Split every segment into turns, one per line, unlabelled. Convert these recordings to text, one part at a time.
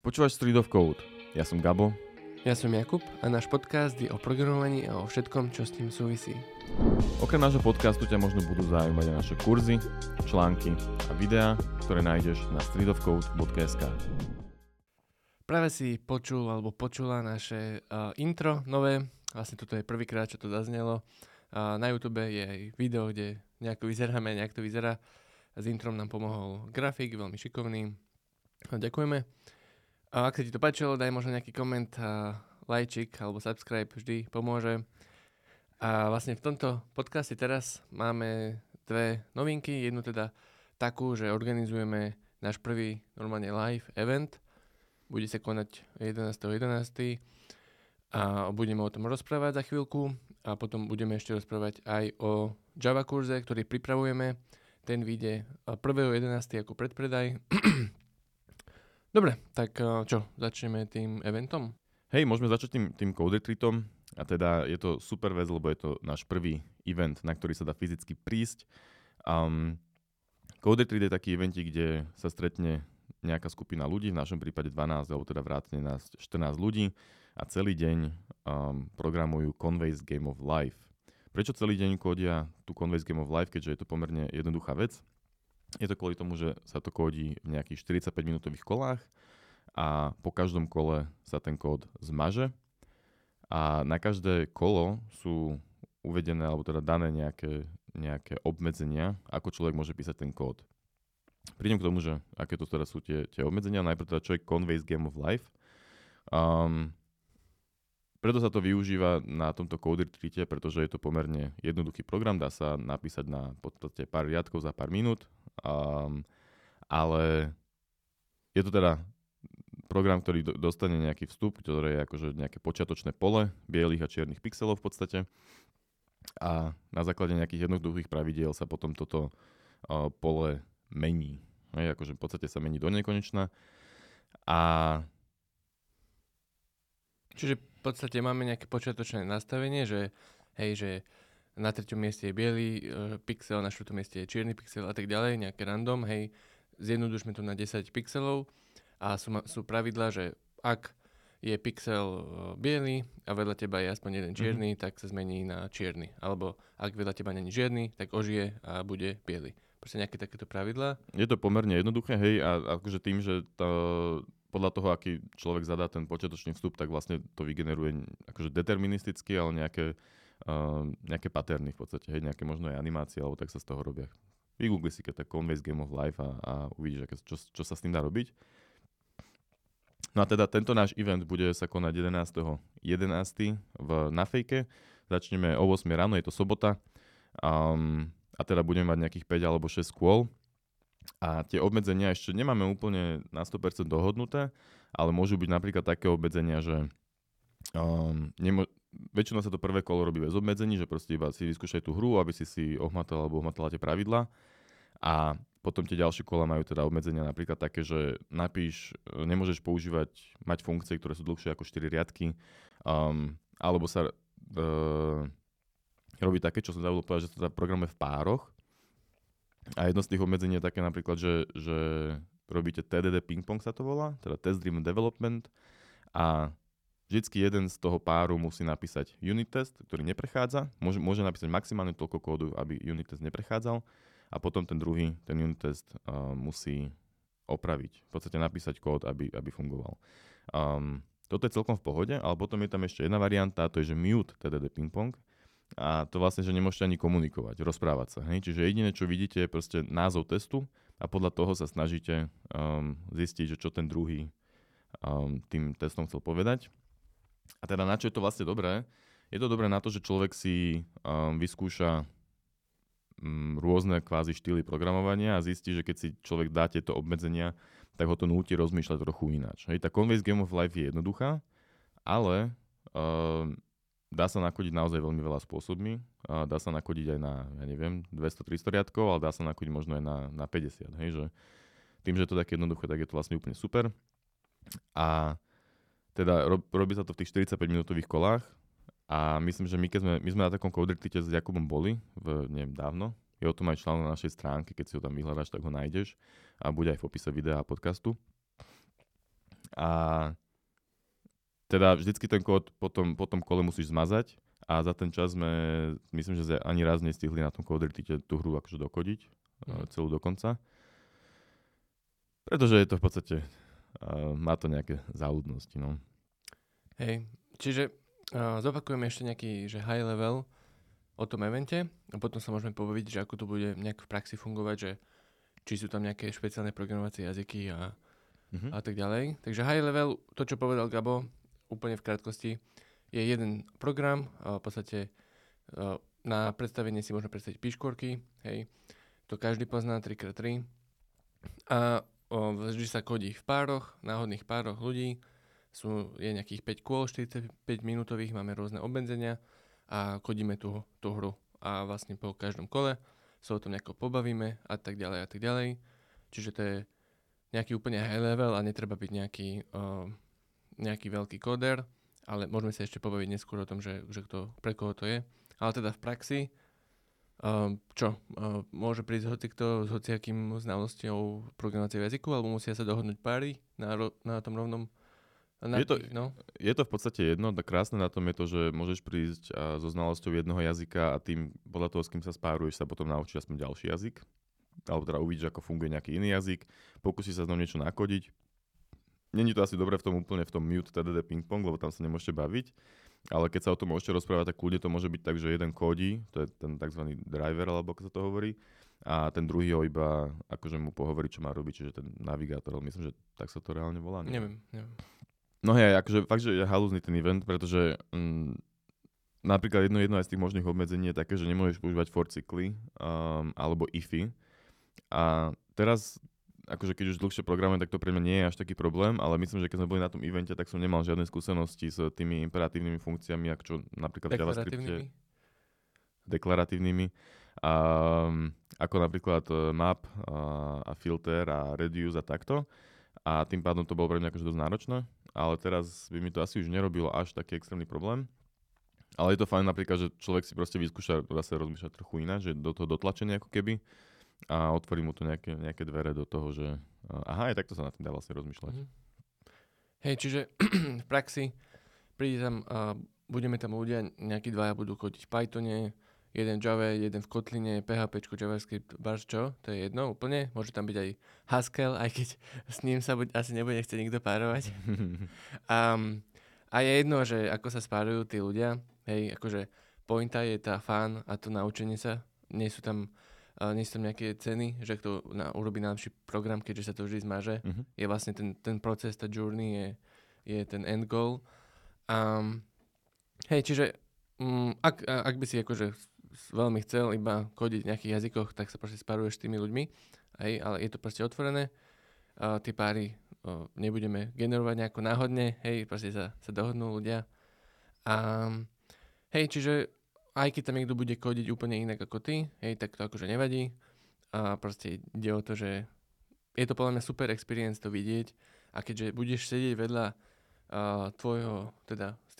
Počúvaš Street of Code. Ja som Gabo.
Ja som Jakub a náš podcast je o programovaní a o všetkom, čo s tým súvisí.
Okrem nášho podcastu ťa možno budú zaujímať aj naše kurzy, články a videá, ktoré nájdeš na streetofcode.sk.
Práve si počul alebo počula naše intro nové. Vlastne toto je prvýkrát, čo to zaznelo. Na YouTube je aj video, kde nejako vyzeráme, nejak to vyzerá. S introm nám pomohol grafik, veľmi šikovný. Ďakujeme. A ak sa ti to páčilo, daj možno nejaký koment, lajčik alebo subscribe, vždy pomôže. A vlastne v tomto podcaste teraz máme dve novinky. Jednu teda takú, že organizujeme náš prvý normálne live event. Bude sa konať 11.11. A budeme o tom rozprávať za chvíľku. A potom budeme ešte rozprávať aj o Java kurze, ktorý pripravujeme. Ten vyjde 1.11. ako predpredaj. Dobre, tak čo, začneme tým eventom?
Hej, môžeme začať tým Code Retreatom. A teda je to super vec, lebo je to náš prvý event, na ktorý sa dá fyzicky prísť. Code Retreat je taký eventík, kde sa stretne nejaká skupina ľudí, v našom prípade 12, alebo teda vrátane nás 14 ľudí a celý deň programujú Conway's Game of Life. Prečo celý deň kódia tú Conway's Game of Life, keďže je to pomerne jednoduchá vec? Je to kvôli tomu, že sa to kódi v nejakých 45-minútových kolách a po každom kole sa ten kód zmaže a na každé kolo sú uvedené, alebo teda dané nejaké obmedzenia, ako človek môže písať ten kód. Prídem k tomu, že aké to teda sú tie obmedzenia. Najprv teda čo je Conway's Game of Life. Preto sa to využíva na tomto Code Retreate, pretože je to pomerne jednoduchý program, dá sa napísať na podstate pár riadkov za pár minút, ale je to teda program, ktorý dostane nejaký vstup, ktoré je akože nejaké počiatočné pole bielých a čiernych pixelov v podstate a na základe nejakých jednoduchých pravidiel sa potom toto pole mení. Akože v podstate sa mení do nekonečna a
čiže v podstate máme nejaké počiatočné nastavenie, že hej, že na 3. mieste je biely pixel, na 4. mieste je čierny pixel a tak ďalej, nejaké random, hej, zjednodušme to na 10 pixelov a sú pravidlá, že ak je pixel biely a vedľa teba je aspoň jeden čierny, tak sa zmení na čierny, alebo ak vedľa teba není žiadny, tak ožije a bude biely. Proste nejaké takéto pravidlá.
Je to pomerne jednoduché, hej, a akože tým, že podľa toho, aký človek zadá ten počiatočný vstup, tak vlastne to vygeneruje akože deterministicky, ale nejaké paterny v podstate, hej, nejaké možno aj animácie, alebo tak sa z toho robia. Vygoogli si keď tak Conway's Game of Life a uvidíš, čo sa s tým dá robiť. No a teda tento náš event bude sa konať 11.11. Na Fejke. Začneme o 8 ráno, je to sobota. A teda budeme mať nejakých 5 alebo 6 skôl. A tie obmedzenia ešte nemáme úplne na 100% dohodnuté, ale môžu byť napríklad také obmedzenia, že väčšinou sa to prvé kolo robí bez obmedzení, že proste iba si vyskúšaj tú hru, aby si ohmatal alebo ohmatala tie pravidlá. A potom tie ďalšie kola majú teda obmedzenia napríklad také, že nemôžeš mať funkcie, ktoré sú dlhšie ako 4 riadky, alebo sa robí také, čo som zabudol povedať, že sa to programuje v pároch. A jedno z tých obmedzení je také napríklad, že robíte TDD ping-pong sa to volá, teda Test Driven Development a vždycky jeden z toho páru musí napísať unit test, ktorý neprechádza. Môže napísať maximálne toľko kódu, aby unit test neprechádzal a potom ten druhý, ten unit test musí opraviť. V podstate napísať kód, aby fungoval. Toto je celkom v pohode, ale potom je tam ešte jedna varianta, to je, že mute TDD ping-pong. A to vlastne, že nemôžete ani komunikovať, rozprávať sa. Hej? Čiže jediné, čo vidíte, je proste názov testu a podľa toho sa snažíte zistiť, že čo ten druhý tým testom chcel povedať. A teda na čo je to vlastne dobré? Je to dobré na to, že človek si vyskúša rôzne kvázi štýly programovania a zistí, že keď si človek dá tieto obmedzenia, tak ho to núti rozmýšľať trochu ináč. Hej? Tá Conway's Game of Life je jednoduchá, ale dá sa nakodiť naozaj veľmi veľa spôsobmi. Dá sa nakodiť aj na, 200-300 riadkov, ale dá sa nakodiť možno aj na 50. Hej, že tým, že je to také jednoduché, tak je to vlastne úplne super. A teda robí sa to v tých 45-minútových kolách a myslím, že my sme na takom Code Retreate s Jakubom boli, dávno. Je o tom aj článok na našej stránke, keď si ho tam vyhľadáš, tak ho nájdeš a bude aj v opise videa a podcastu. a teda vždycky ten kód po tom kole musíš zmazať a za ten čas sme, myslím, že ani raz nestihli na tom Codritite tú hru akože dokodiť, celú do konca. Pretože je to v podstate, má to nejaké záľudnosti, no.
Hej, čiže zopakujeme ešte nejaký že high level o tom evente a potom sa môžeme povedať, že ako to bude nejak v praxi fungovať, že či sú tam nejaké špeciálne programovacie jazyky a tak ďalej. Takže high level, to čo povedal Gabo, úplne v krátkosti, je jeden program, v podstate na predstavenie si môžeme predstaviť píškorky, hej, to každý pozná 3x3 a vždy sa kodí v pároch, náhodných pároch ľudí, je nejakých 5 kôl, 45 minútových, máme rôzne obmedzenia a kodíme tú hru a vlastne po každom kole sa o tom nejako pobavíme a tak ďalej a tak ďalej, čiže to je nejaký úplne high level a netreba byť nejaký veľký kóder, ale môžeme sa ešte pobaviť neskôr o tom, že pre koho to je. Ale teda v praxi, môže prísť hocikto s hociakým znalosťou programovacieho jazyku, alebo musia sa dohodnúť páry na tom rovnom.
Je to v podstate jedno, krásne na tom je to, že môžeš prísť so znalosťou jedného jazyka a tým podľa toho, s kým sa spáruješ, sa potom naučí aspoň ďalší jazyk. Alebo teda uvidíš, ako funguje nejaký iný jazyk, pokúsi sa s ňom niečo nakodiť. Není to asi dobre úplne v tom mute TDD ping-pong, lebo tam sa nemôžete baviť, ale keď sa o tom môžete rozprávať, tak kľudne to môže byť tak, že jeden kódi, to je ten tzv. Driver, alebo ako sa to hovorí, a ten druhý ho iba akože mu pohovorí, čo má robiť, čiže ten navigátor, myslím, že tak sa to reálne volá.
Neviem.
No hej, akože fakt, že je halúzny ten event, pretože napríklad jedno aj z tých možných obmedzení je také, že nemôžeš používať for cykly alebo ify. A teraz akože keď už dlhšie programujem, tak to pre mňa nie je až taký problém, ale myslím, že keď sme boli na tom evente, tak som nemal žiadne skúsenosti s tými imperatívnymi funkciami, ako čo napríklad v JavaScripte. Deklaratívnymi. Ako napríklad map a filter a reduce a takto. A tým pádom to bolo pre mňa akože dosť náročné, ale teraz by mi to asi už nerobilo až taký extrémny problém. Ale je to fajn napríklad, že človek si proste vyskúša zase rozmýšľať trochu ináč, že do toho dotlačenie ako keby. A otvorí mu to nejaké dvere do toho, že aj takto sa na tým dá vlastne rozmýšľať.
Hej, čiže v praxi príde tam, budeme tam ľudia, nejakí dvaja budú kodiť v Pythone, jeden v Java, jeden v Kotline, PHP, JavaScript, čo, to je jedno úplne. Môže tam byť aj Haskell, aj keď s ním sa asi nebude chcieť nikto párovať. A je jedno, že ako sa spárujú tí ľudia, hej, akože pointa je tá fun a to naučenie sa, nie sú tam nejaké ceny, že kto urobí najlepší program, keďže sa to vždy zmaže. Je vlastne ten proces, tá journey je ten end goal. Hej, čiže ak by si akože veľmi chcel iba kodiť v nejakých jazykoch, tak sa proste spáruješ s tými ľuďmi. Hej, ale je to proste otvorené. Tie páry nebudeme generovať nejako náhodne. Hej, proste sa dohodnú ľudia. Hej, čiže aj keď tam niekto bude kodiť úplne inak ako ty, hej, tak to akože nevadí. A proste ide o to, že je to podľa mňa super experience to vidieť. A keďže budeš sedieť vedľa tvojho, teda s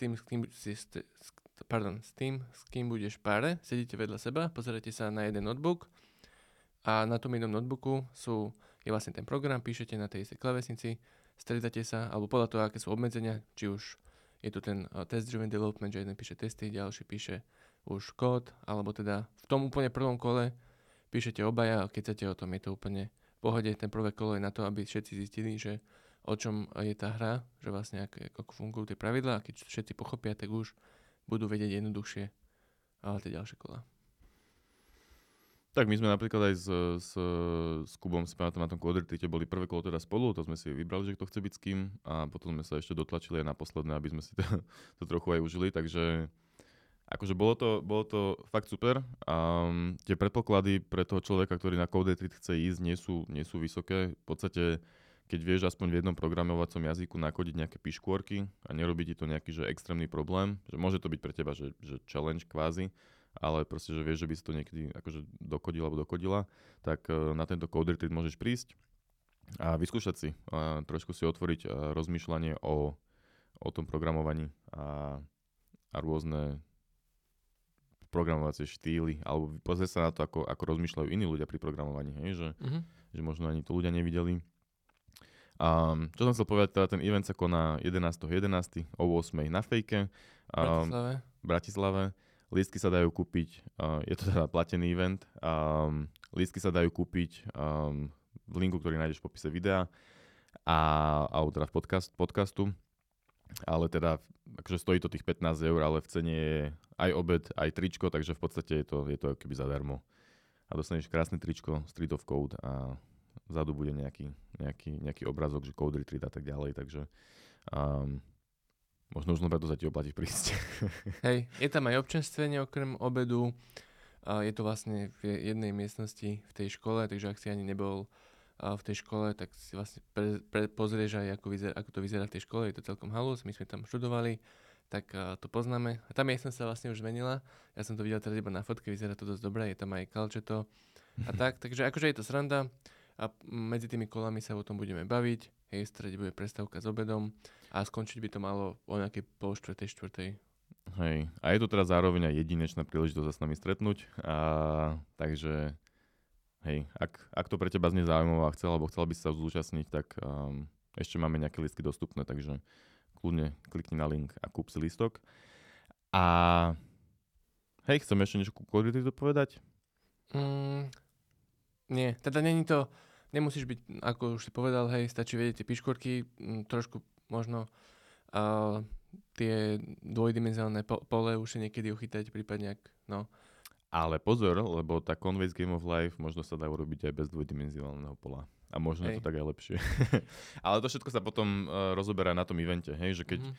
kým budeš páre, sedíte vedľa seba, pozeráte sa na jeden notebook a na tom jednom notebooku je vlastne ten program, píšete na tej istej klávesnici, stretáte sa, alebo podľa toho, aké sú obmedzenia, či už je to ten test-driven development, že jeden píše testy, ďalší píše už kód, alebo teda v tom úplne prvom kole píšete obaja a keď chcete o tom, je to úplne v pohode. Ten prvé kolo je na to, aby všetci zistili, že o čom je tá hra, že vlastne ako fungujú tie pravidlá a keď všetci pochopia, tak už budú vedieť jednoduchšie tie ďalšie kola.
Tak my sme napríklad aj s Kubom si pamätám na tom Codritite boli prvé kolo teda spolu, to sme si vybrali, že kto chce byť s kým a potom sme sa ešte dotlačili aj na posledné, aby sme si to trochu aj užili, takže akože bolo to fakt super. Tie predpoklady pre toho človeka, ktorý na Codritite chce ísť, nie sú vysoké. V podstate, keď vieš aspoň v jednom programovacom jazyku nakodiť nejaké piškôrky a nerobí ti to nejaký že extrémny problém, že môže to byť pre teba že challenge kvázi, ale proste, že vieš, že by si to niekedy akože dokodil alebo dokodila, tak na tento Codritite môžeš prísť a vyskúšať si, a trošku si otvoriť rozmýšľanie o tom programovaní a rôzne programovacie štýly, alebo pozrieť sa na to, ako rozmýšľajú iní ľudia pri programovaní, hej? Že možno ani to ľudia nevideli. Čo som chcel povedať, teda ten event sa koná 11.11. o 8.00 na Fejke.
V
Bratislave. Lístky sa dajú kúpiť, je to teda platený event, lístky sa dajú kúpiť v linku, ktorý nájdeš v popise videa alebo teda v podcastu. Ale teda, akože stojí to tých 15 €, ale v cene je aj obed, aj tričko, takže v podstate je to keby zadarmo. A dostaneš krásne tričko, Street of Code a vzadu bude nejaký obrazok, že Code Retreat a tak ďalej, takže možno už len preto sa ti oplatí prísť.
Hej, je tam aj občerstvenie okrem obedu. Je to vlastne v jednej miestnosti v tej škole, takže ak si ani nebol v tej škole, tak si vlastne pozrieš aj, ako to vyzerá v tej škole. Je to celkom halus, my sme tam študovali, tak to poznáme. A tá miestnosť sa vlastne už zmenila. Ja som to videl teraz iba na fotke, vyzerá to dosť dobre, je tam aj kalčeto a tak. Takže akože je to sranda a medzi tými kolami sa o tom budeme baviť. Hej, strede bude prestávka s obedom a skončiť by to malo o nejakej 3:30, 4:00.
Hej, a je to teda zároveň aj jedinečná príležitosť sa s nami stretnúť. Takže hej, ak to pre teba znie zaujímavé a chcel by si sa zúčastniť, tak ešte máme nejaké lístky dostupné, takže kľudne klikni na link a kúp si lístok. A hej, chcem ešte niečo ku Code Retreatu povedať?
Nie, teda nemusíš byť, ako už si povedal, hej, stačí vedieť tie piškôrky, trošku možno tie dvojdimenzionálne pole už si niekedy uchytať, prípadne
Ale pozor, lebo tá Conway's Game of Life možno sa dá urobiť aj bez dvojdimenzionálneho pola. A možno je to tak aj lepšie. Ale to všetko sa potom rozoberá na tom evente, hej, že keď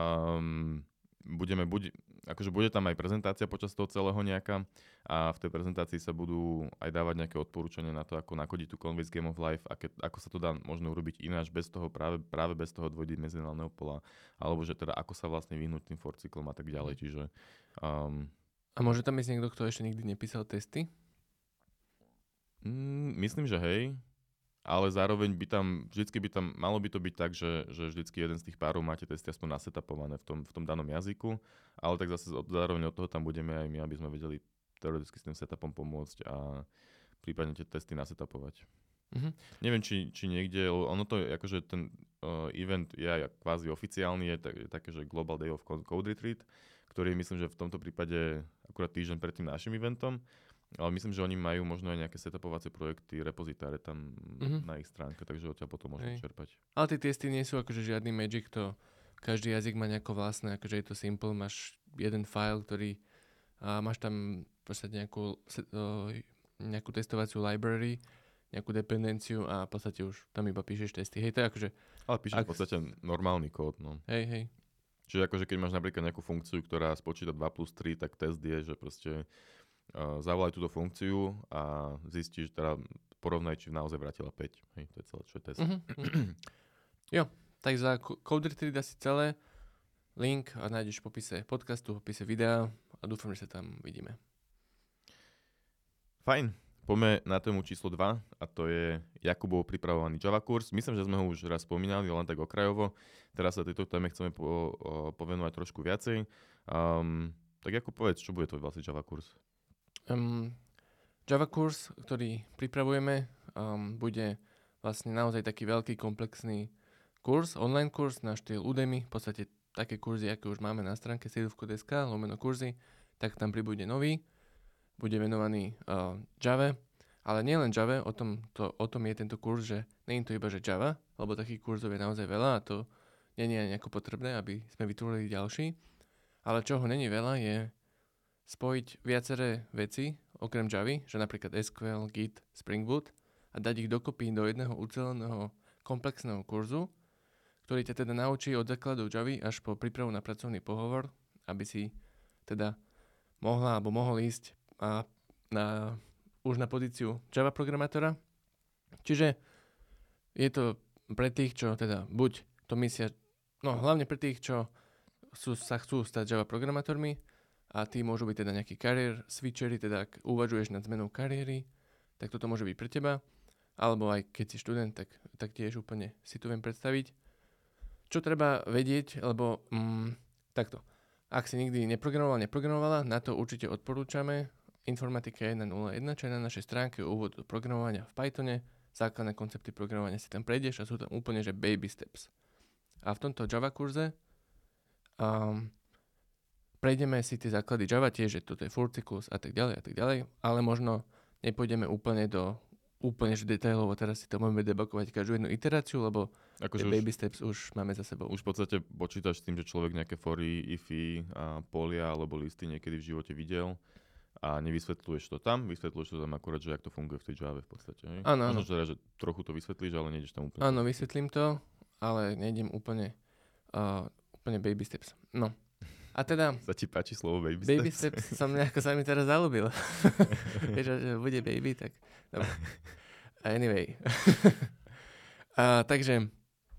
bude tam aj prezentácia počas toho celého nejaká a v tej prezentácii sa budú aj dávať nejaké odporúčania na to, ako nakodiť tú Conway's Game of Life, ako sa to dá možno urobiť ináč bez toho, práve bez toho dvojdimenzionálneho pola, alebo že teda ako sa vlastne vyhnúť tým forcyklom a tak ďalej, čiže
A môže tam ísť niekto, kto ešte nikdy nepísal testy?
Myslím, že hej, ale zároveň malo by to byť tak, že vždycky jeden z tých párov máte testy aspoň nasetapované v tom danom jazyku, ale tak zase zároveň od toho tam budeme aj my, aby sme vedeli teoreticky s tým setupom pomôcť a prípadne tie testy nasetapovať. Neviem, či niekde, ono to je akože ten event je aj kvázi oficiálny, je také, že Global Day of Code Retreat, ktorý myslím, že v tomto prípade akurát týždeň pred tým našim eventom, ale myslím, že oni majú možno aj nejaké setupovacie projekty, repozitáre tam na ich stránke, takže odtiaľ potom môžeme čerpať.
Ale tie testy nie sú akože žiadny magic, každý jazyk má nejako vlastné, akože je to simple, máš jeden file, ktorý máš tam proste nejakú testovaciu library, nejakú dependenciu a v podstate už tam iba píšeš testy. Hej, to je akože...
Ale píšeš v podstate normálny kód, no.
Hej.
Čiže akože keď máš napríklad nejakú funkciu, ktorá spočíta 2+3, tak test je, že proste zavolaj túto funkciu a zistíš, teda porovnaj, či naozaj vrátila 5. Hej, to je celé, čo je test.
Jo, tak za Code Retreat asi celé. Link a nájdeš v popise podcastu, v popise videa a dúfam, že sa tam vidíme.
Fajn. Poďme na tému číslo 2 a to je Jakubov pripravovaný Java kurz. Myslím, že sme ho už raz spomínali, len tak okrajovo. Teraz sa tejto téme chceme povenovať trošku viacej. Tak Jakub, povedz, čo bude to vlastne Java kurz?
Java kurz, ktorý pripravujeme, bude vlastne naozaj taký veľký komplexný kurz, online kurz na štýl Udemy, v podstate také kurzy, aké už máme na stránke seduvko.sk/kurzy, tak tam pribude nový. Bude venovaný Java, ale nielen Java, o tom je tento kurz, že nie je to iba že Java, lebo takých kurzov je naozaj veľa a to nie je nejako potrebné, aby sme vytvorili ďalší. Ale čoho není veľa je spojiť viaceré veci okrem Javy, že napríklad SQL, Git, Spring Boot a dať ich dokopy do jedného uceleného komplexného kurzu, ktorý ťa teda naučí od základov Javy až po prípravu na pracovný pohovor, aby si teda mohol ísť už na pozíciu Java programátora. Čiže je to pre tých, čo teda buď to myslia, hlavne pre tých, čo sa chcú stať Java programátormi a tí môžu byť teda nejakí kariér switchery, teda ak uvažuješ nad zmenou kariéry, tak toto môže byť pre teba. Alebo aj keď si študent, tak tiež úplne si to viem predstaviť. Čo treba vedieť, lebo takto. Ak si nikdy neprogramovala, na to určite odporúčame Informatika 1.01, čo je na našej stránke úvod do programovania v Pythone, základné koncepty programovania si tam prejdeš a sú tam úplne, že baby steps. A v tomto Java kurze prejdeme si tie základy Java tiež, že toto je for cyklus a tak ďalej, ale možno nepôjdeme úplne že detailovo, teraz si to môžeme debugovať každú jednu iteráciu, lebo tie baby steps už máme za sebou.
Už v podstate počítaš s tým, že človek nejaké fory, ify, polia alebo listy niekedy v živote videl a nevysvetľuješ to tam, vysvetľuješ to tam akurát, že jak to funguje v tej Java v podstate.
Áno.
Možno, že trochu to vysvetlíš, ale nejdeš tam úplne.
Áno, vysvetlím to, ale nejdem úplne baby steps. No. A teda...
Sa ti páči slovo baby steps?
Baby steps sa mi teraz zalúbil. Vieš, že bude baby, tak... Dobre. Anyway. Takže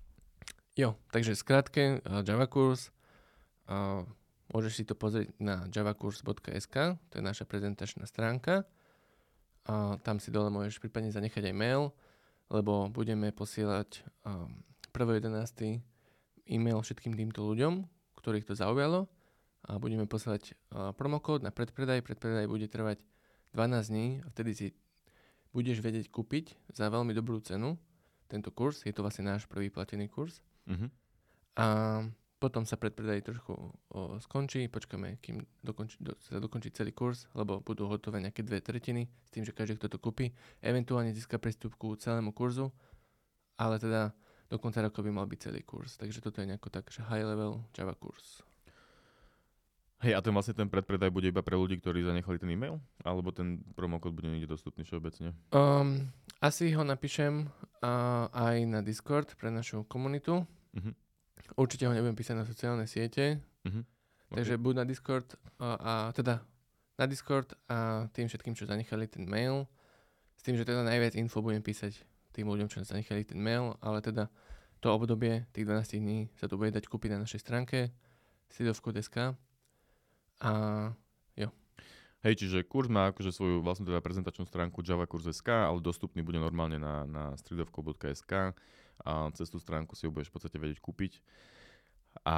skrátke Java kurz. Môžeš si to pozrieť na javakurs.sk, to je naša prezentačná stránka. Tam si dole môžeš prípadne zanechať aj mail, lebo budeme posielať 1.11. e-mail všetkým týmto ľuďom, ktorých to zaujalo. A budeme posielať promokód na predpredaj. Predpredaj bude trvať 12 dní a vtedy si budeš vedieť kúpiť za veľmi dobrú cenu tento kurz. Je to vlastne náš prvý platený kurz.
Uh-huh.
A potom sa predpredaj trošku skončí. Počkáme, kým sa dokončí celý kurz, lebo budú hotové nejaké 2/3 s tým, že každý, kto to kúpi, eventuálne získa prístup ku celému kurzu, ale teda do konca roka by mal byť celý kurz. Takže toto je nejako tak, že high level Java kurz.
Hej, a ten predpredaj bude iba pre ľudí, ktorí zanechali ten e-mail? Alebo ten promokód bude niekde dostupný všeobecne?
Asi ho napíšem aj na Discord pre našu komunitu.
Uh-huh.
Určite ho nebudem písať na sociálne siete.
Uh-huh.
Takže buď na Discord na Discord a tým všetkým, čo zanechali ten mail. S tým, že teda najviac info budem písať tým ľuďom, čo zanechali ten mail, ale teda to obdobie, tých 12 dní sa to bude dať kúpiť na našej stránke sidovko.sk. A jo.
Hej, čiže kurz má akože svoju vlastnú teda prezentačnú stránku javakurs.sk, ale dostupný bude normálne na stridovko.sk a cez tú stránku si ho budeš v podstate vedieť kúpiť. A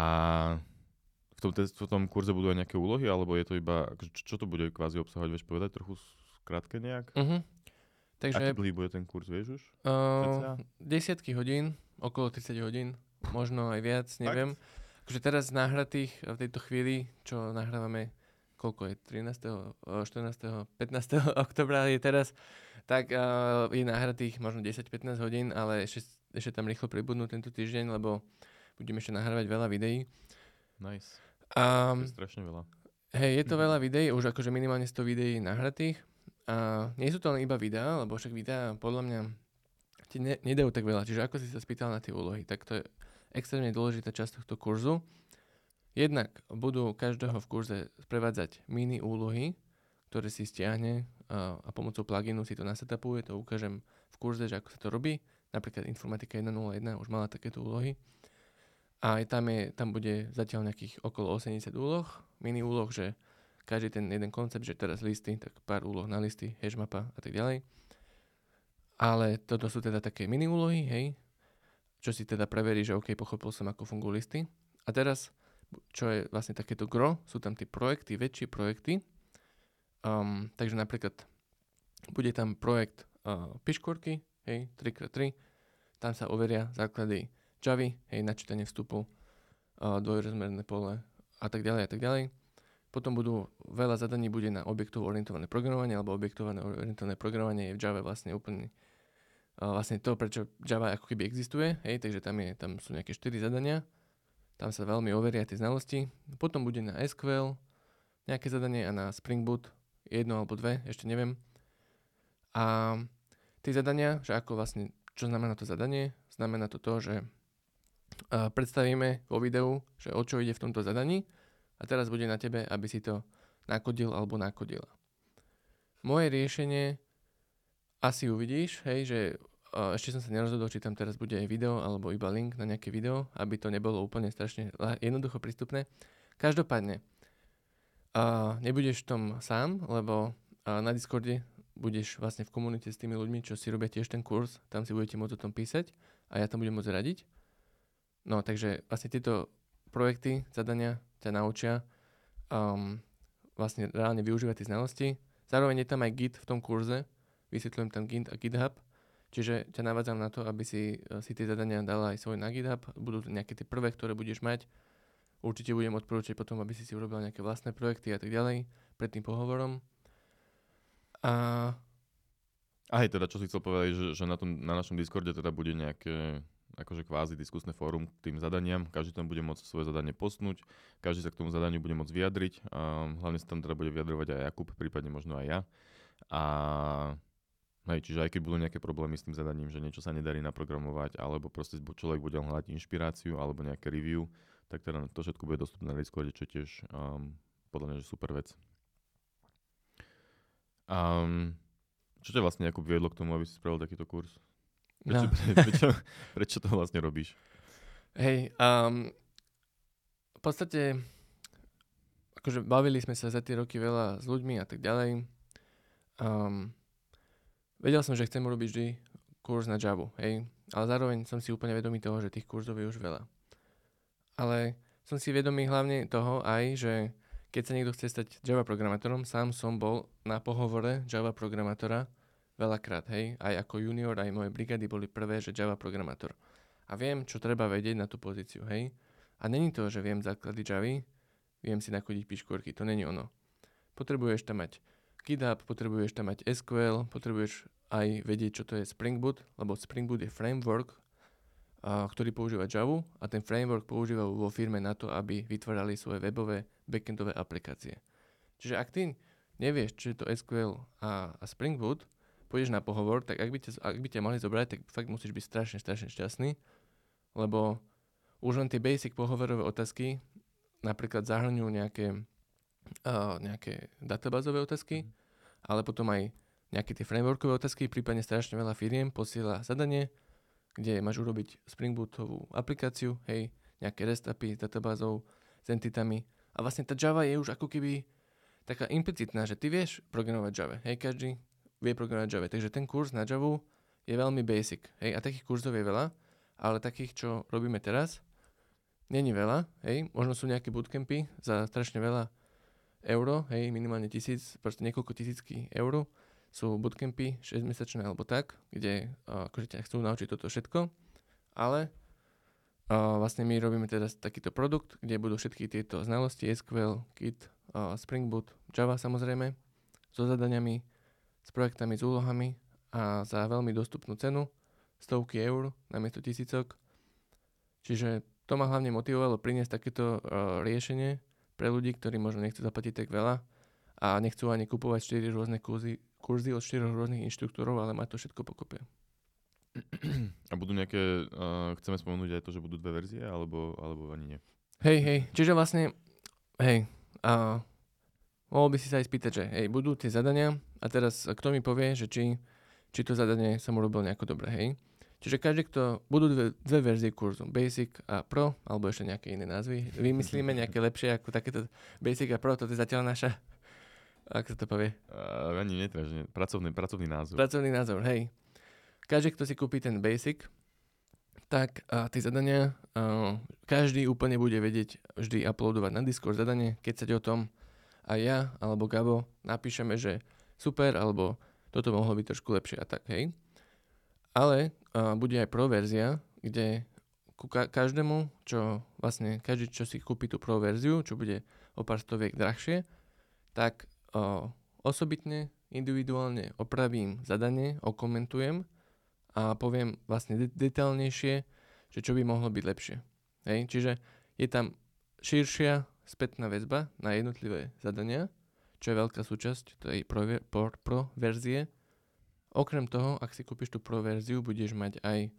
v tom kurze budú aj nejaké úlohy, alebo je to iba, čo to bude kvázi obsahovať, vieš povedať trochu skrátke nejak?
Uh-huh. Takže,
aký dlhý bude ten kurz, vieš už?
Desiatky hodín, okolo 30 hodín, možno aj viac, neviem. Takže teraz nahratých v tejto chvíli, čo nahrávame, koľko je, 13., 14., 15. oktobra je teraz, tak je nahratých možno 10-15 hodín, ale ešte tam rýchlo pribudnú tento týždeň, lebo budeme ešte nahrávať veľa videí.
Nice. To je strašne veľa.
Hej, je to veľa videí, už akože minimálne 100 videí nahratých. A nie sú to len iba videá, lebo však videá podľa mňa ti nedajú tak veľa. Čiže ako si sa spýtal na tie úlohy, tak to je extrémne dôležitá časť tohto kurzu. Jednak budú každého v kurze sprevádzať mini úlohy, ktoré si stiahne a pomocou pluginu si to nasetupuje, to ukážem v kurze, že ako sa to robí. Napríklad Informatika 1.0.1 už mala takéto úlohy. A aj tam bude zatiaľ nejakých okolo 80 úloh, mini úloh, že každý ten jeden koncept, že teraz listy, tak pár úloh na listy, hashmapa a tak ďalej. Ale toto sú teda také mini úlohy, hej, čo si teda preverí, že OK, pochopil som, ako fungujú listy. A teraz, čo je vlastne takéto gro, sú tam tie projekty, väčšie projekty. Takže napríklad bude tam projekt piškvorky, hej, 3x3. Tam sa overia základy Javy, hej, načítanie vstupu, dvojrozmerné pole a tak ďalej a tak ďalej. Potom veľa zadaní bude na objektovo orientované programovanie, alebo objektové orientované programovanie je v Java vlastne úplne vlastne to, prečo Java ako keby existuje, hej, takže tam sú nejaké 4 zadania, tam sa veľmi overia tie znalosti. Potom bude na SQL nejaké zadanie a na Spring Boot 1 alebo 2, ešte neviem. A tie zadania, že ako vlastne, čo znamená to zadanie? Znamená to, že predstavíme vo videu, že o čo ide v tomto zadaní a teraz bude na tebe, aby si to nakodil alebo nakodila. Moje riešenie asi uvidíš, hej, že ešte som sa nerozhodol, či tam teraz bude aj video alebo iba link na nejaké video, aby to nebolo úplne strašne jednoducho prístupné. Každopádne, nebudeš v tom sám, lebo na Discorde budeš vlastne v komunite s tými ľuďmi, čo si robia tiež ten kurz, tam si budete môcť o tom písať a ja tam budem môcť radiť. No, takže vlastne tieto projekty, zadania ťa naučia vlastne reálne využívať tie znalosti. Zároveň je tam aj Git v tom kurze, vysvetľujem tam Git a GitHub, Čiže ťa navádzam na to, aby si tie zadania dala aj svoj na GitHub. Budú to nejaké tie prvé, ktoré budeš mať. Určite budem odporúčať potom, aby si urobil nejaké vlastné projekty a tak ďalej pred tým pohovorom. A
hej, teda čo si chcel povedať, že na našom Discorde teda bude nejaké akože kvázi diskusné fórum k tým zadaniam. Každý tam bude môcť svoje zadanie postnúť, každý sa k tomu zadaniu bude môcť vyjadriť. Hlavne sa tam teda bude vyjadrovať aj Jakub, prípadne možno aj ja. A hej, čiže aj keď budú nejaké problémy s tým zadaním, že niečo sa nedarí naprogramovať, alebo proste človek bude hľadať inšpiráciu alebo nejaké review, tak teda to všetko bude dostupné na Discorde, čo tiež podľa mňa je super vec. Čo ťa vlastne Jakub viedlo k tomu, aby si spravil takýto kurz? Prečo to vlastne robíš?
Hej, v podstate akože bavili sme sa za tie roky veľa s ľuďmi a tak ďalej. Vedel som, že chcem urobiť vždy kurz na Java, hej, ale zároveň som si úplne vedomý toho, že tých kurzov je už veľa. Ale som si vedomý hlavne toho aj, že keď sa niekto chce stať Java programátorom, sám som bol na pohovore Java programátora veľakrát, hej, aj ako junior, aj moje brigády boli prvé, že Java programátor. A viem, čo treba vedieť na tú pozíciu, hej. A není to, že viem základy Javy, viem si nakodiť piškôrky, to není ono. Potrebuješ tam mať GitHub, potrebuješ tam mať SQL, potrebuješ aj vedieť, čo to je Spring Boot, lebo Spring Boot je framework, ktorý používa Java a ten framework používa vo firme na to, aby vytvárali svoje webové backendové aplikácie. Čiže ak ty nevieš, čo je to SQL a Spring Boot, pôjdeš na pohovor, tak ak by ťa mali zobrať, tak fakt musíš byť strašne šťastný, lebo už len tie basic pohovorové otázky napríklad zahrňujú nejaké databázové otázky, ale potom aj nejaké tie frameworkové otázky, prípadne strašne veľa firiem posiela zadanie, kde máš urobiť Spring Bootovú aplikáciu, hej, nejaké REST API s databázou, s entitami. A vlastne tá Java je už ako keby taká implicitná, že ty vieš programovať Java, hej, každý vie programovať Java. Takže ten kurz na Java je veľmi basic, hej, a takých kurzov je veľa, ale takých, čo robíme teraz, není veľa, hej, možno sú nejaké bootcampy za strašne veľa euro, hej, minimálne 1000, proste niekoľko tisícky eur sú bootcampy 6-mesačné alebo tak, kde akože ťa chcú naučiť toto všetko, ale vlastne my robíme teraz takýto produkt, kde budú všetky tieto znalosti, SQL, Git, Spring Boot, Java samozrejme, so zadaniami, s projektami, s úlohami a za veľmi dostupnú cenu, stovky eur namiesto tisícok. Čiže to ma hlavne motivovalo priniesť takéto riešenie pre ľudí, ktorí možno nechcú zaplatiť tak veľa a nechcú ani kupovať 4 rôzne kurzy od 4 rôznych inštruktorov, ale mať to všetko pokope.
A budú nejaké, chceme spomenúť aj to, že budú 2 verzie, alebo ani nie?
Hej, čiže vlastne, mohol by si sa aj spýtať, že budú tie zadania a teraz kto mi povie, že či to zadanie som urobil nejako dobre, hej. Čiže každý, budú dve verzie kurzu, Basic a Pro, alebo ešte nejaké iné názvy. Vymyslíme nejaké lepšie ako takéto Basic a Pro, to je zatiaľ naša, ako sa to povie?
Ani netreba, pracovný názor.
Pracovný názor, hej. Každý, kto si kúpi ten Basic, tak tie zadania, každý úplne bude vedieť vždy uploadovať na Discord zadanie, keď sa o tom aj ja alebo Gabo napíšeme, že super, alebo toto mohlo byť trošku lepšie a tak, hej. Ale bude aj Pro verzia, kde každému, každý, čo si kúpi tú Pro verziu, čo bude o pár stoviek drahšie, tak osobitne, individuálne opravím zadanie, okomentujem a poviem vlastne detailnejšie, že čo by mohlo byť lepšie. Hej? Čiže je tam širšia spätná väzba na jednotlivé zadania, čo je veľká súčasť tej pro verzie. Okrem toho, ak si kúpiš tú pro verziu, budeš mať aj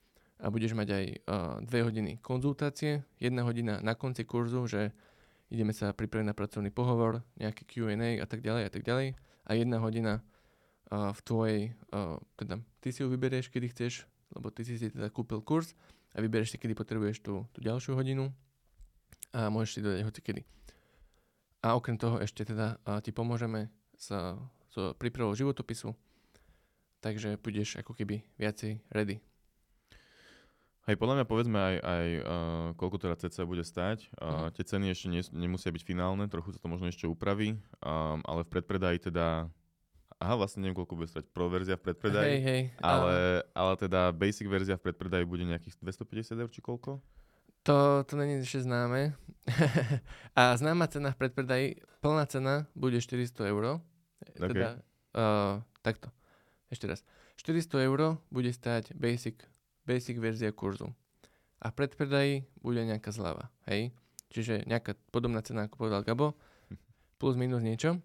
2 hodiny konzultácie, 1 hodina na konci kurzu, že ideme sa pripraviť na pracovný pohovor, nejaké Q&A a tak ďalej. A 1 hodina v tvojej, teda ty si ju vyberieš, kedy chceš, lebo ty si teda kúpil kurz a vyberieš si, kedy potrebuješ tú ďalšiu hodinu a môžeš si dodať hocikedy. A okrem toho ešte teda ti pomôžeme s prípravou životopisu, takže budeš ako keby viacej ready.
Hej, podľa mňa povedzme aj koľko teda cca bude stať. Tie ceny ešte nemusia byť finálne, trochu sa to možno ešte upraví, ale v predpredaji teda Aha, vlastne neviem, koľko bude stať Pro verzia v predpredaji.
Hej.
Ale teda basic verzia v predpredaji bude nejakých 250 eur, či koľko?
To není ešte známe. A známa cena v predpredaji, plná cena bude 400 eur. Teda, takto. Ešte raz. 400 eur bude stať basic verzia kurzu. A v predpredaji bude nejaká zľava. Hej? Čiže nejaká podobná cena, ako povedal Gabo. Plus minus niečo.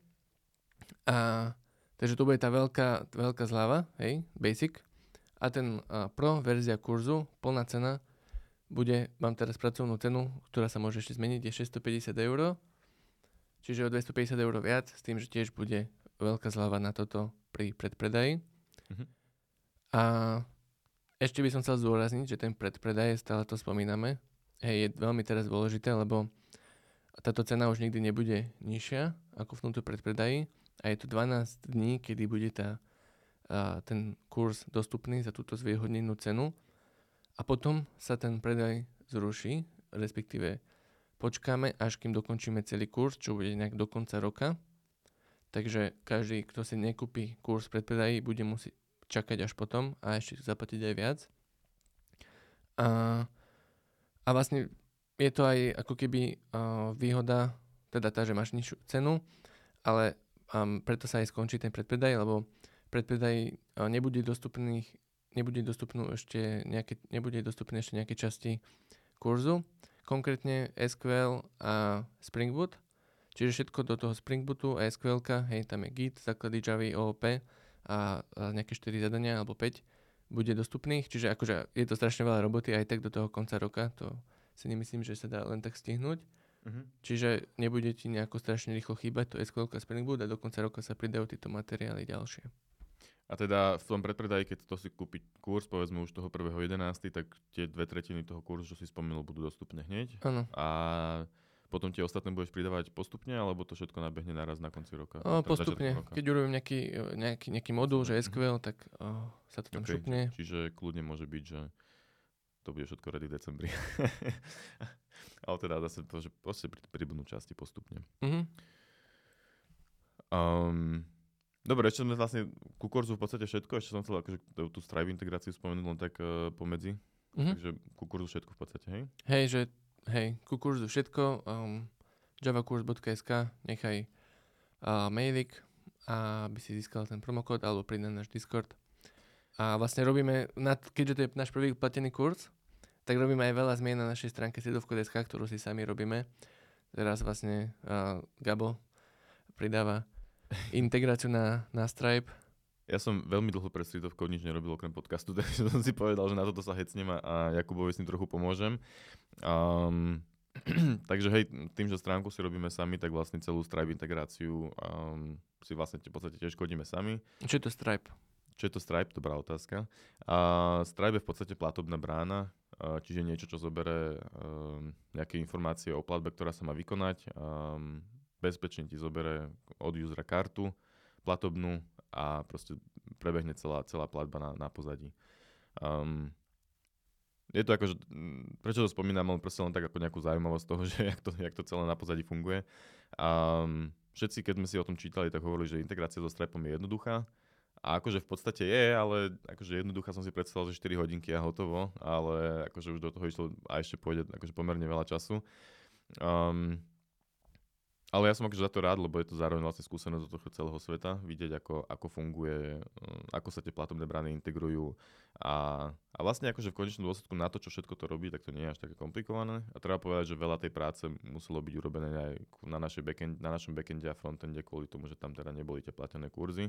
Takže to bude tá veľká zľava. Hej? Basic. A ten Pro verzia kurzu, plná cena, mám teraz pracovnú cenu, ktorá sa môže ešte zmeniť, je 650 eur. Čiže o 250 eur viac, s tým, že tiež bude veľká zľava na toto pri predpredaji.
Mhm.
A ešte by som chcel zdôrazniť, že ten predpredaj, stále to spomíname, je veľmi teraz dôležité, lebo táto cena už nikdy nebude nižšia ako v tomto predpredaji. A je to 12 dní, kedy bude ten kurz dostupný za túto zvýhodnenú cenu. A potom sa ten predaj zruší, respektíve počkáme, až kým dokončíme celý kurz, čo bude nejak do konca roka. Takže každý, kto si nekúpi kurz predpredají, bude musieť čakať až potom a ešte zaplatiť aj viac. A vlastne je to aj ako keby výhoda, teda tá, že máš nižšiu cenu, ale preto sa aj skončí ten predpredaj, lebo predpredaj nebude dostupné ešte nejaké časti kurzu, konkrétne SQL a Spring Boot. Čiže všetko do toho Spring Bootu a SQL-ka, hej, tam je Git, základy Java, OOP a nejaké 4 zadania alebo 5 bude dostupných. Čiže akože je to strašne veľa roboty aj tak do toho konca roka. To si nemyslím, že sa dá len tak stihnúť. Uh-huh. Čiže nebude ti nejako strašne rýchlo chýbať to SQL a Spring Boot a do konca roka sa pridajú tieto materiály ďalšie.
A teda v tom predpredaji, keď to si kúpiť kurz, povedzme už toho 1.11., tak tie 2/3 toho kurzu, čo si spomenul, budú dostupné hneď.
Áno.
A potom tie ostatné budeš pridávať postupne, alebo to všetko nabehne naraz na konci roka?
Postupne. Keď urobím nejaký modul, že SQL, tak sa to tam šupne.
Čiže kľudne môže byť, že to bude všetko ready v decembri. Ale teda zase to, že proste pribudnú časti postupne.
Mm-hmm.
Dobre, ešte sme vlastne ku kurzu v podstate všetko. Ešte som chcel akože tú Stripe integráciu spomenúť len tak pomedzi. Mm-hmm. Takže ku kurzu všetko v podstate, hej? Ku kurzu všetko. javakurs.sk, nechaj mailik, aby si získal ten promokód alebo príď na náš Discord. A vlastne robíme, keďže to je náš prvý platený kurz, tak robíme aj veľa zmien na našej stránke Seedovko.sk, ktorú si sami robíme. Teraz vlastne Gabo pridáva integráciu na Stripe. Ja som veľmi dlho pre Streetovkou nič nerobil okrem podcastu, takže som si povedal, že na toto sa hecnem a Jakubovi s tým trochu pomôžem. Takže hej, tým, že stránku si robíme sami, tak vlastne celú Stripe integráciu si vlastne v podstate tiež kodíme sami.
Čo je to Stripe?
Čo je to Stripe? Dobrá otázka. Stripe je v podstate platobná brána, čiže niečo, čo zobere nejaké informácie o platbe, ktorá sa má vykonať. Bezpečne ti zobere od usera kartu platobnú a proste prebehne celá platba na pozadí. Je to akože, prečo to spomínam, ale proste len tak ako nejakú zaujímavosť toho, že jak to celé na pozadí funguje. Všetci, keď sme si o tom čítali, tak hovorili, že integrácia so Stripeom je jednoduchá. A akože v podstate je, ale akože jednoduchá som si predstavil, že 4 hodinky a hotovo, ale akože už do toho išlo a ešte pôjde akože pomerne veľa času. Ale ja som akože za to rád, lebo je to zároveň vlastne skúsenosť do toho celého sveta, vidieť ako funguje, ako sa tie platobné brány integrujú a vlastne akože v konečnom dôsledku na to, čo všetko to robí, tak to nie je až také komplikované. A treba povedať, že veľa tej práce muselo byť urobené aj na našom backende a frontende kvôli tomu, že tam teda neboli tie platené kurzy.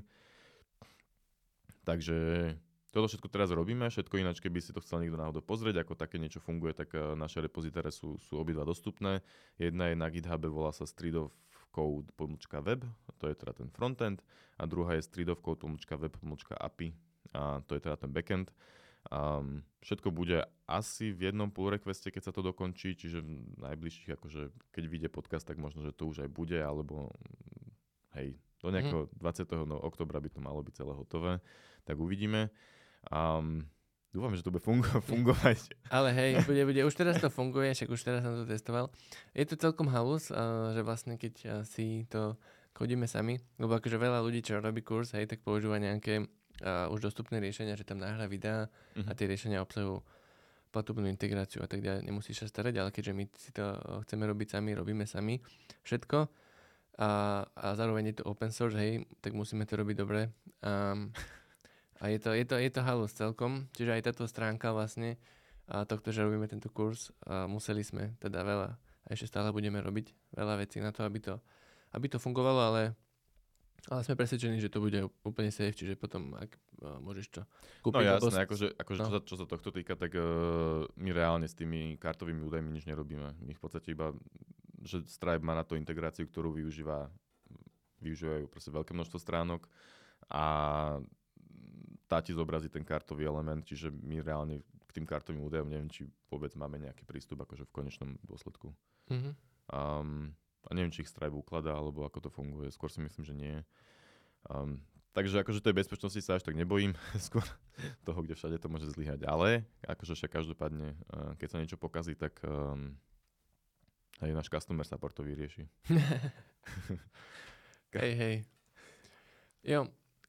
Takže toto všetko teraz robíme, všetko ináč, keby si to chcel niekto náhodou pozrieť, ako také niečo funguje, tak naše repozitáre sú obidva dostupné. Jedna je na GitHube, volá sa streetofcode.web, to je teda ten frontend, a druhá je streetofcode.web.api, a to je teda ten backend. Všetko bude asi v jednom pull requeste, keď sa to dokončí, čiže v najbližších, akože keď vyjde podcast, tak možno, že to už aj bude, alebo hej, do nejakého 20. oktobra by to malo byť celé hotové, tak uvidíme. Dúfam, že to bude fungovať.
Ale hej, bude. Už teraz to funguje, však už teraz som to testoval. Je to celkom halus, že vlastne keď si to kodíme sami, lebo akože veľa ľudí, čo robí kurz, hej, tak používa nejaké už dostupné riešenia, že tam náhra videá a tie riešenia obsahujú platobnú integráciu a tak ďalej. Nemusíš sa starať, ale keďže my si to chceme robiť sami, robíme sami všetko a zároveň je to open source, hej, tak musíme to robiť dobre. A je to halus celkom, čiže aj táto stránka vlastne tohto, že robíme tento kurz, museli sme teda veľa, a ešte stále budeme robiť veľa vecí na to, aby to fungovalo, ale sme presvedčení, že to bude úplne safe, čiže potom, ak môžeš to kúpiť.
No jasné, akože no. Čo sa tohto týka, tak my reálne s tými kartovými údajmi nič nerobíme. My v podstate iba, že Stripe má na to integráciu, ktorú využívajú proste veľké množstvo stránok a tá ti zobrazí ten kartový element, čiže my reálne k tým kartovým údajom neviem, či vôbec máme nejaký prístup akože v konečnom dôsledku. Mm-hmm. A neviem, či ich Stripe ukladá, alebo ako to funguje. Skôr si myslím, že nie. Takže akože tej bezpečnosti sa až tak nebojím. Skôr toho, kde všade to môže zlyhať. Ale akože však každopádne, keď sa niečo pokazí, tak aj náš customer support to vyrieši.
Hej. Jo.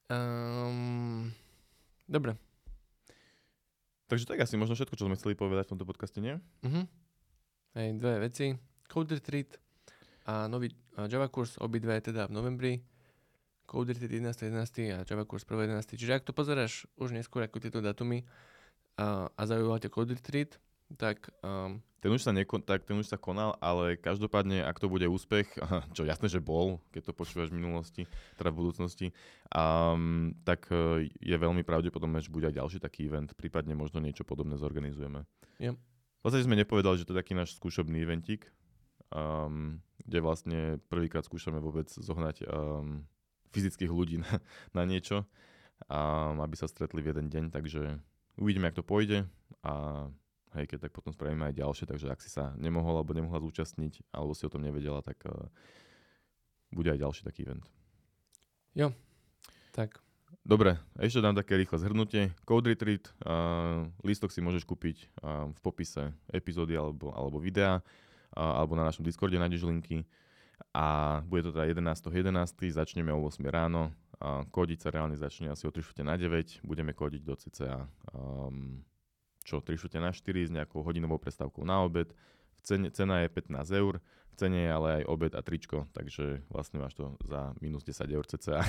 Dobre.
Takže tak asi možno všetko, čo sme chceli povedať v tomto podcaste, nie?
Hej, dve veci. Code Retreat a nový Java kurz, obidve teda v novembri. Code Retreat 11.11. a Java kurz 1.11. Čiže ak to pozeráš už neskôr ako tieto datumy a zaujímavé ťa Code Retreat, tak...
Ten už sa konal, ale každopádne, ak to bude úspech, čo jasné, že bol, keď to počúvaš v minulosti, teda v budúcnosti, tak je veľmi pravdepodobné, že bude aj ďalší taký event, prípadne možno niečo podobné zorganizujeme.
Yep.
Vlastne sme nepovedali, že to je taký náš skúšobný eventík, kde vlastne prvýkrát skúšame vôbec zohnať fyzických ľudí na niečo, aby sa stretli v jeden deň, takže uvidíme, jak to pôjde a hej, keď tak potom spravíme aj ďalšie, takže ak si sa nemohol alebo nemohla zúčastniť, alebo si o tom nevedela, tak bude aj ďalší taký event.
Jo, tak.
Dobre, ešte dám také rýchle zhrnutie. Code Retreat, lístok si môžeš kúpiť v popise epizódy alebo videa, alebo na našom Discorde nájdeš linky. A bude to teda 11.11. Začneme o 8 ráno. Kódiť sa reálne začne asi o 3:45. Budeme kódiť do cca 3:45 s nejakou hodinovou prestávkou na obed. Cena je 15 €. V cene je ale aj obed a tričko, takže vlastne máš to za minus 10 € cca.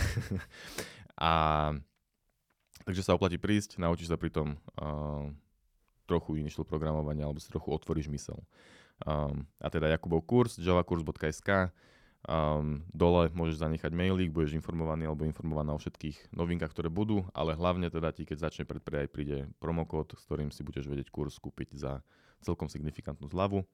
Takže sa oplatí prísť, naučíš sa pri tom trochu iný štýl programovania, alebo si trochu otvoríš mysel. A teda Jakubov kurz, javakurs.sk. Dole môžeš zanechať mailík, budeš informovaný alebo informovaná o všetkých novinkách, ktoré budú, ale hlavne teda ti, keď začne predpredaj, príde promokód, s ktorým si budeš vedieť kurz kúpiť za celkom signifikantnú zľavu.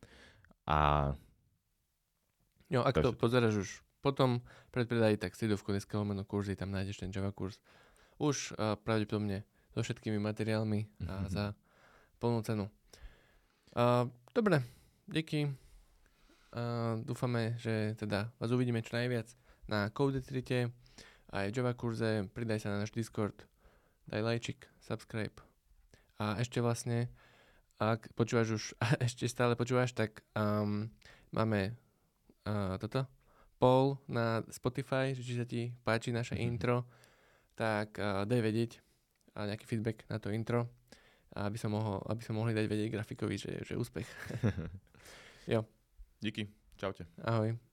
Jo, ak to pozeráš už potom predpredaj, tak sledovko.sk/kurzy, tam nájdeš ten Java kurz. Už pravdepodobne so všetkými materiálmi a za plnú cenu. Dobre, díky. Dúfame, že teda vás uvidíme čo najviac na Code Retreate aj Java kurze. Pridaj sa na náš Discord, daj lajčik, subscribe. A ešte vlastne, ak počúvaš už, ešte stále počúvaš, tak máme poll na Spotify, že či sa ti páči naše intro, tak daj vedieť nejaký feedback na to intro, aby sa mohli dať vedieť grafikovi, že úspech. Jo.
Díky. Čaute.
Ahoj.